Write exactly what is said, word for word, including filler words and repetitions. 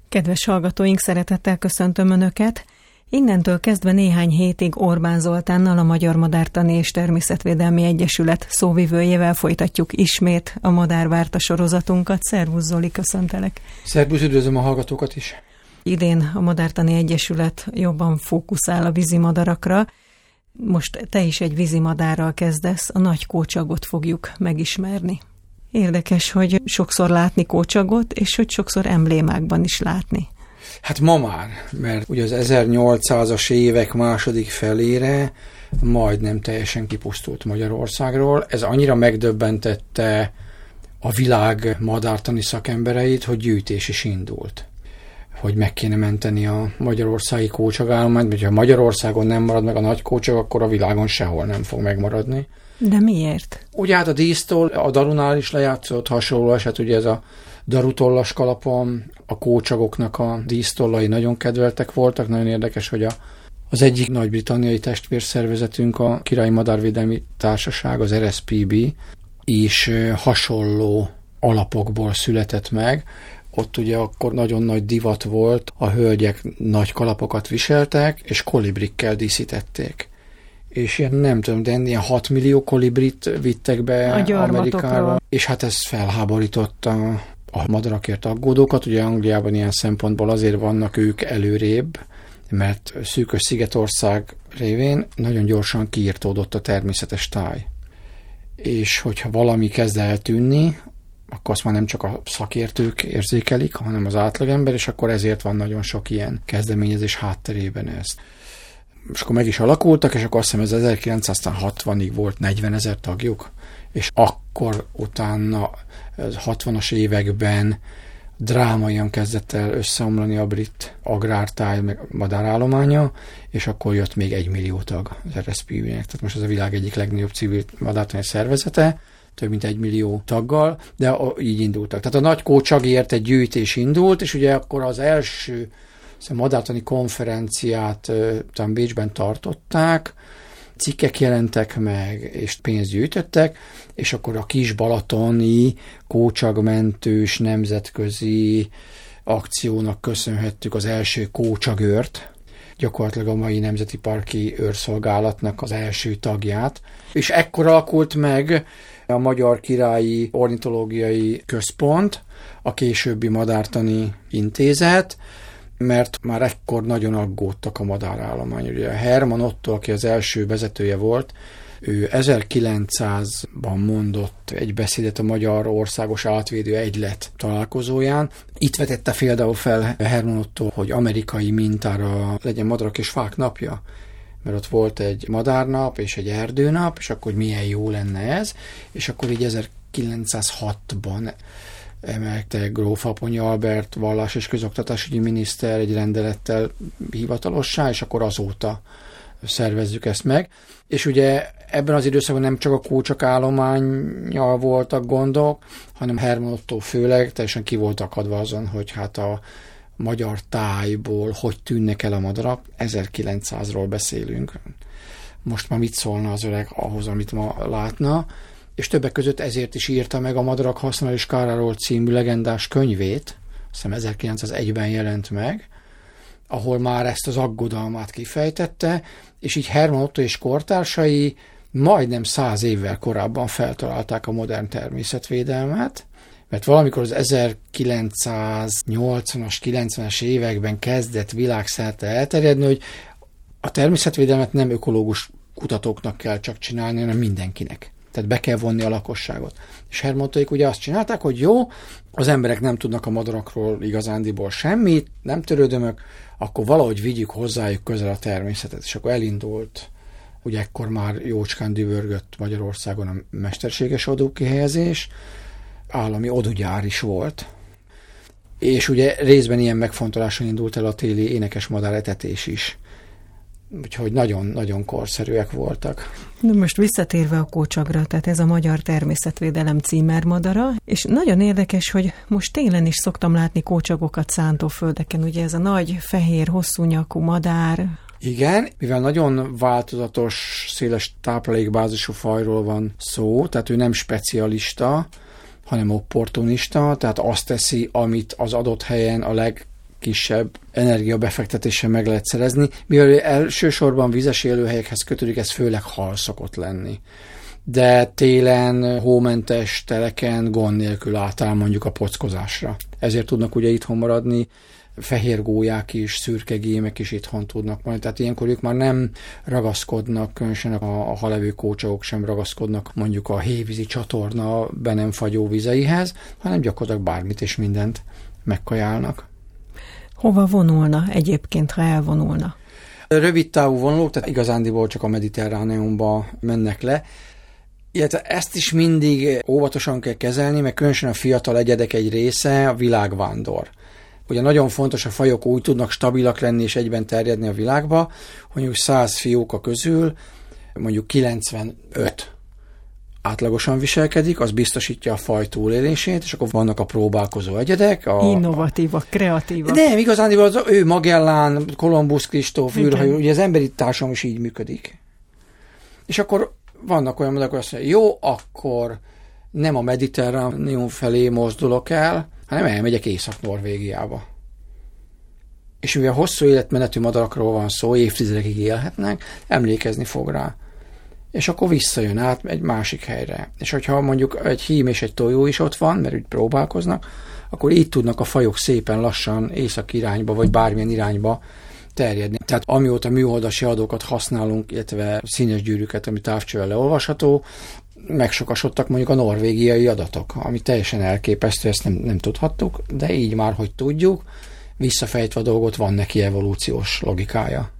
Kedves hallgatóink, szeretettel köszöntöm Önöket! Innentől kezdve néhány hétig Orbán Zoltánnal, a Magyar Madártani és Természetvédelmi Egyesület szóvivőjével folytatjuk ismét a Madárvárta sorozatunkat. Szervusz Zoli, köszöntelek! Szervusz, üdvözlöm a hallgatókat is! Idén a Madártani Egyesület jobban fókuszál a vízimadarakra. Most te is egy vízimadárral kezdesz, a nagy kócsagot fogjuk megismerni. Érdekes, hogy sokszor látni kócsagot, és hogy sokszor emblémákban is látni. Hát ma már, mert ugye az ezernyolcszázas évek második felére majdnem teljesen kipusztult Magyarországról. Ez annyira megdöbbentette a világ madártani szakembereit, hogy gyűjtés is indult, hogy meg kéne menteni a magyarországi kócsagállományt, mert ha Magyarországon nem marad meg a nagy kócsag, akkor a világon sehol nem fog megmaradni. De miért? Ugye hát a dísztól, a darunál is lejátszott hasonló eset, ugye ez a darutollas kalapon, a kócsagoknak a dísztollai nagyon kedveltek voltak, nagyon érdekes, hogy a, az egyik nagy-britanniai testvérszervezetünk, a Királyi Madárvédelmi Társaság, az er es pé bé is hasonló alapokból született meg. Ott ugye akkor nagyon nagy divat volt, a hölgyek nagy kalapokat viseltek, és kolibrikkel díszítették. És ilyen nem tudom, de ilyen hat millió kolibrit vittek be Amerikába, és hát ez felháborította a madarakért aggódókat. Ugye Angliában ilyen szempontból azért vannak ők előrébb, mert szűkös szigetország révén nagyon gyorsan kiirtódott a természetes táj. És hogyha valami kezd eltűnni, akkor azt már nem csak a szakértők érzékelik, hanem az átlagember, és akkor ezért van nagyon sok ilyen kezdeményezés hátterében ez. És akkor meg is alakultak, és akkor azt hiszem ez ezerkilencszázhatvanig volt negyvenezer tagjuk, és akkor utána hatvanas években drámaian kezdett el összeomlani a brit agrártáj, meg madárállománya, és akkor jött még egy millió tag az er es pé bé-nek. Tehát most ez a világ egyik legnagyobb civil madártani szervezete, több mint egy millió taggal, de így indultak. Tehát a nagy kócsagért egy gyűjtés indult, és ugye akkor az első a madártani konferenciát talán Bécsben tartották, cikkek jelentek meg, és pénzt gyűjtöttek, és akkor a kis balatoni kócsagmentős nemzetközi akciónak köszönhettük az első kócsagőrt, gyakorlatilag a mai Nemzeti Parki Őrszolgálatnak az első tagját, és ekkor alakult meg a Magyar Királyi Ornitológiai Központ, a későbbi Madártani Intézet, mert már ekkor nagyon aggódtak a madárállomány. Ugye Hermann Otto, aki az első vezetője volt, ő ezerkilencszázban mondott egy beszédet a Magyar Országos Átvédő Egylet találkozóján. Itt vetette például fel Hermann Otto, hogy amerikai mintára legyen madarak és fák napja, mert ott volt egy madárnap és egy erdőnap, és akkor milyen jó lenne ez, és akkor így ezerkilencszázhatban emelte Gróf Apponyi Albert vallás- és közoktatásügyi miniszter egy rendelettel hivatalossá, és akkor azóta szervezzük ezt meg. És ugye ebben az időszakban nem csak a kócsak állománnyal voltak gondok, hanem Hermann Otto főleg teljesen ki volt akadva azon, hogy hát a magyar tájból hogy tűnnek el a madarak. ezerkilencszázról beszélünk. Most már mit szólna az öreg ahhoz, amit ma látna? És többek között ezért is írta meg a Madarak hasznára és káráról című legendás könyvét, azt hiszem ezerkilencszázegyben jelent meg, ahol már ezt az aggodalmát kifejtette, és így Hermann Otto és kortársai majdnem száz évvel korábban feltalálták a modern természetvédelmet, mert valamikor az ezerkilencszáznyolcvanas, kilencvenes években kezdett világszerte elterjedni, hogy a természetvédelmet nem ökológus kutatóknak kell csak csinálni, hanem mindenkinek. Tehát be kell vonni a lakosságot. És Hermann Ottóik ugye azt csinálták, hogy jó, az emberek nem tudnak a madarakról igazándiból semmit, nem törődömök, akkor valahogy vigyük hozzájuk közel a természetet. És akkor elindult, ugye ekkor már jócskán dübörgött Magyarországon a mesterséges odúkihelyezés, állami odugyár is volt. És ugye részben ilyen megfontoláson indult el a téli énekes madáretetés is. Úgyhogy nagyon-nagyon korszerűek voltak. De most visszatérve a kócsagra, tehát ez a Magyar Természetvédelem címermadara, és nagyon érdekes, hogy most télen is szoktam látni kócsagokat szántóföldeken, ugye ez a nagy, fehér, hosszú nyakú madár. Igen, mivel nagyon változatos, széles táplálékbázisú fajról van szó, tehát ő nem specialista, hanem opportunista, tehát azt teszi, amit az adott helyen a leg kisebb energiabefektetéssel meg lehet szerezni, mivel elsősorban vizes élőhelyekhez kötődik, ez főleg hal szokott lenni. De télen, hómentes teleken gond nélkül átáll mondjuk a pockozásra. Ezért tudnak ugye itthon maradni, fehér gólyák is, szürke gémek is itthon tudnak majd. Tehát ilyenkor ők már nem ragaszkodnak, különösen a, a halevő kócsagok sem ragaszkodnak mondjuk a hévízi csatorna be nem fagyó vizeihez, hanem gyakorlatilag bármit és mindent megkajálnak. Hova vonulna egyébként, ha elvonulna? Rövid távú vonulók, tehát igazándiból csak a Mediterráneumba mennek le. Illetve ezt is mindig óvatosan kell kezelni, mert különösen a fiatal egyedek egy része a világvándor. Ugye nagyon fontos, a fajok úgy tudnak stabilak lenni és egyben terjedni a világba, hogy mondjuk száz fióka közül mondjuk kilencvenöt átlagosan viselkedik, az biztosítja a faj túlélését, és akkor vannak a próbálkozó egyedek. A, innovatívak, kreatívak. Nem, igazán az ő Magellán, Kolumbusz Kristóf, űrhajó, ugye az emberi társadalom is így működik. És akkor vannak olyan mondatok, hogy azt mondja, jó, akkor nem a Mediterráneum felé mozdulok el, hanem elmegyek Észak-Norvégiába. És mivel hosszú életmenetű madarakról van szó, évtizedekig élhetnek, emlékezni fog rá. És akkor visszajön át egy másik helyre. És hogyha mondjuk egy hím és egy tojó is ott van, mert úgy próbálkoznak, akkor így tudnak a fajok szépen lassan észak irányba, vagy bármilyen irányba terjedni. Tehát amióta műholdasi adókat használunk, illetve színes gyűrűket, ami távcsővel leolvasható, megsokasodtak mondjuk a norvégiai adatok, ami teljesen elképesztő, ezt nem, nem tudhattuk, de így már, hogy tudjuk, visszafejtve a dolgot, van neki evolúciós logikája.